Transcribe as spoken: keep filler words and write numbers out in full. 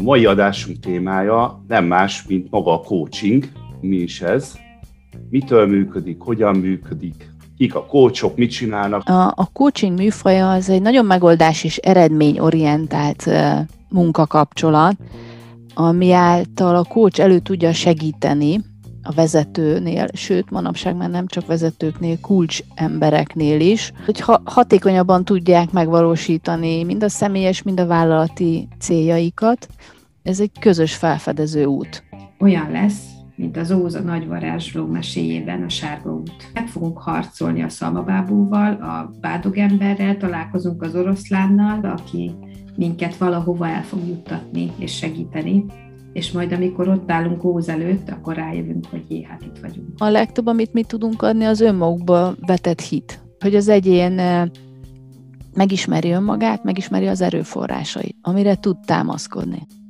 mai adásunk témája nem más, mint maga a coaching. Mi is ez? Mitől működik, hogyan működik, kik a coachok, mit csinálnak? A, a coaching műfaja az egy nagyon megoldás és eredményorientált uh, munkakapcsolat, ami által a coach elő tudja segíteni a vezetőnél, sőt, manapság már nem csak vezetőknél, kulcs embereknél is, hogy ha, hatékonyabban tudják megvalósítani mind a személyes, mind a vállalati céljaikat. Ez egy közös felfedező út. Olyan lesz, mint az Óz a nagy varázsló meséjében a sárga út. Meg fogunk harcolni a szalmabábúval, a bádogemberrel, találkozunk az oroszlánnal, aki minket valahova el fog juttatni és segíteni, és majd amikor ott állunk Óz előtt, akkor rájövünk, hogy jé, hát itt vagyunk. A legtöbb, amit mi tudunk adni, az önmagukba vetett hit. Hogy az egyén megismeri önmagát, megismeri az erőforrásait, amire tud támaszkodni.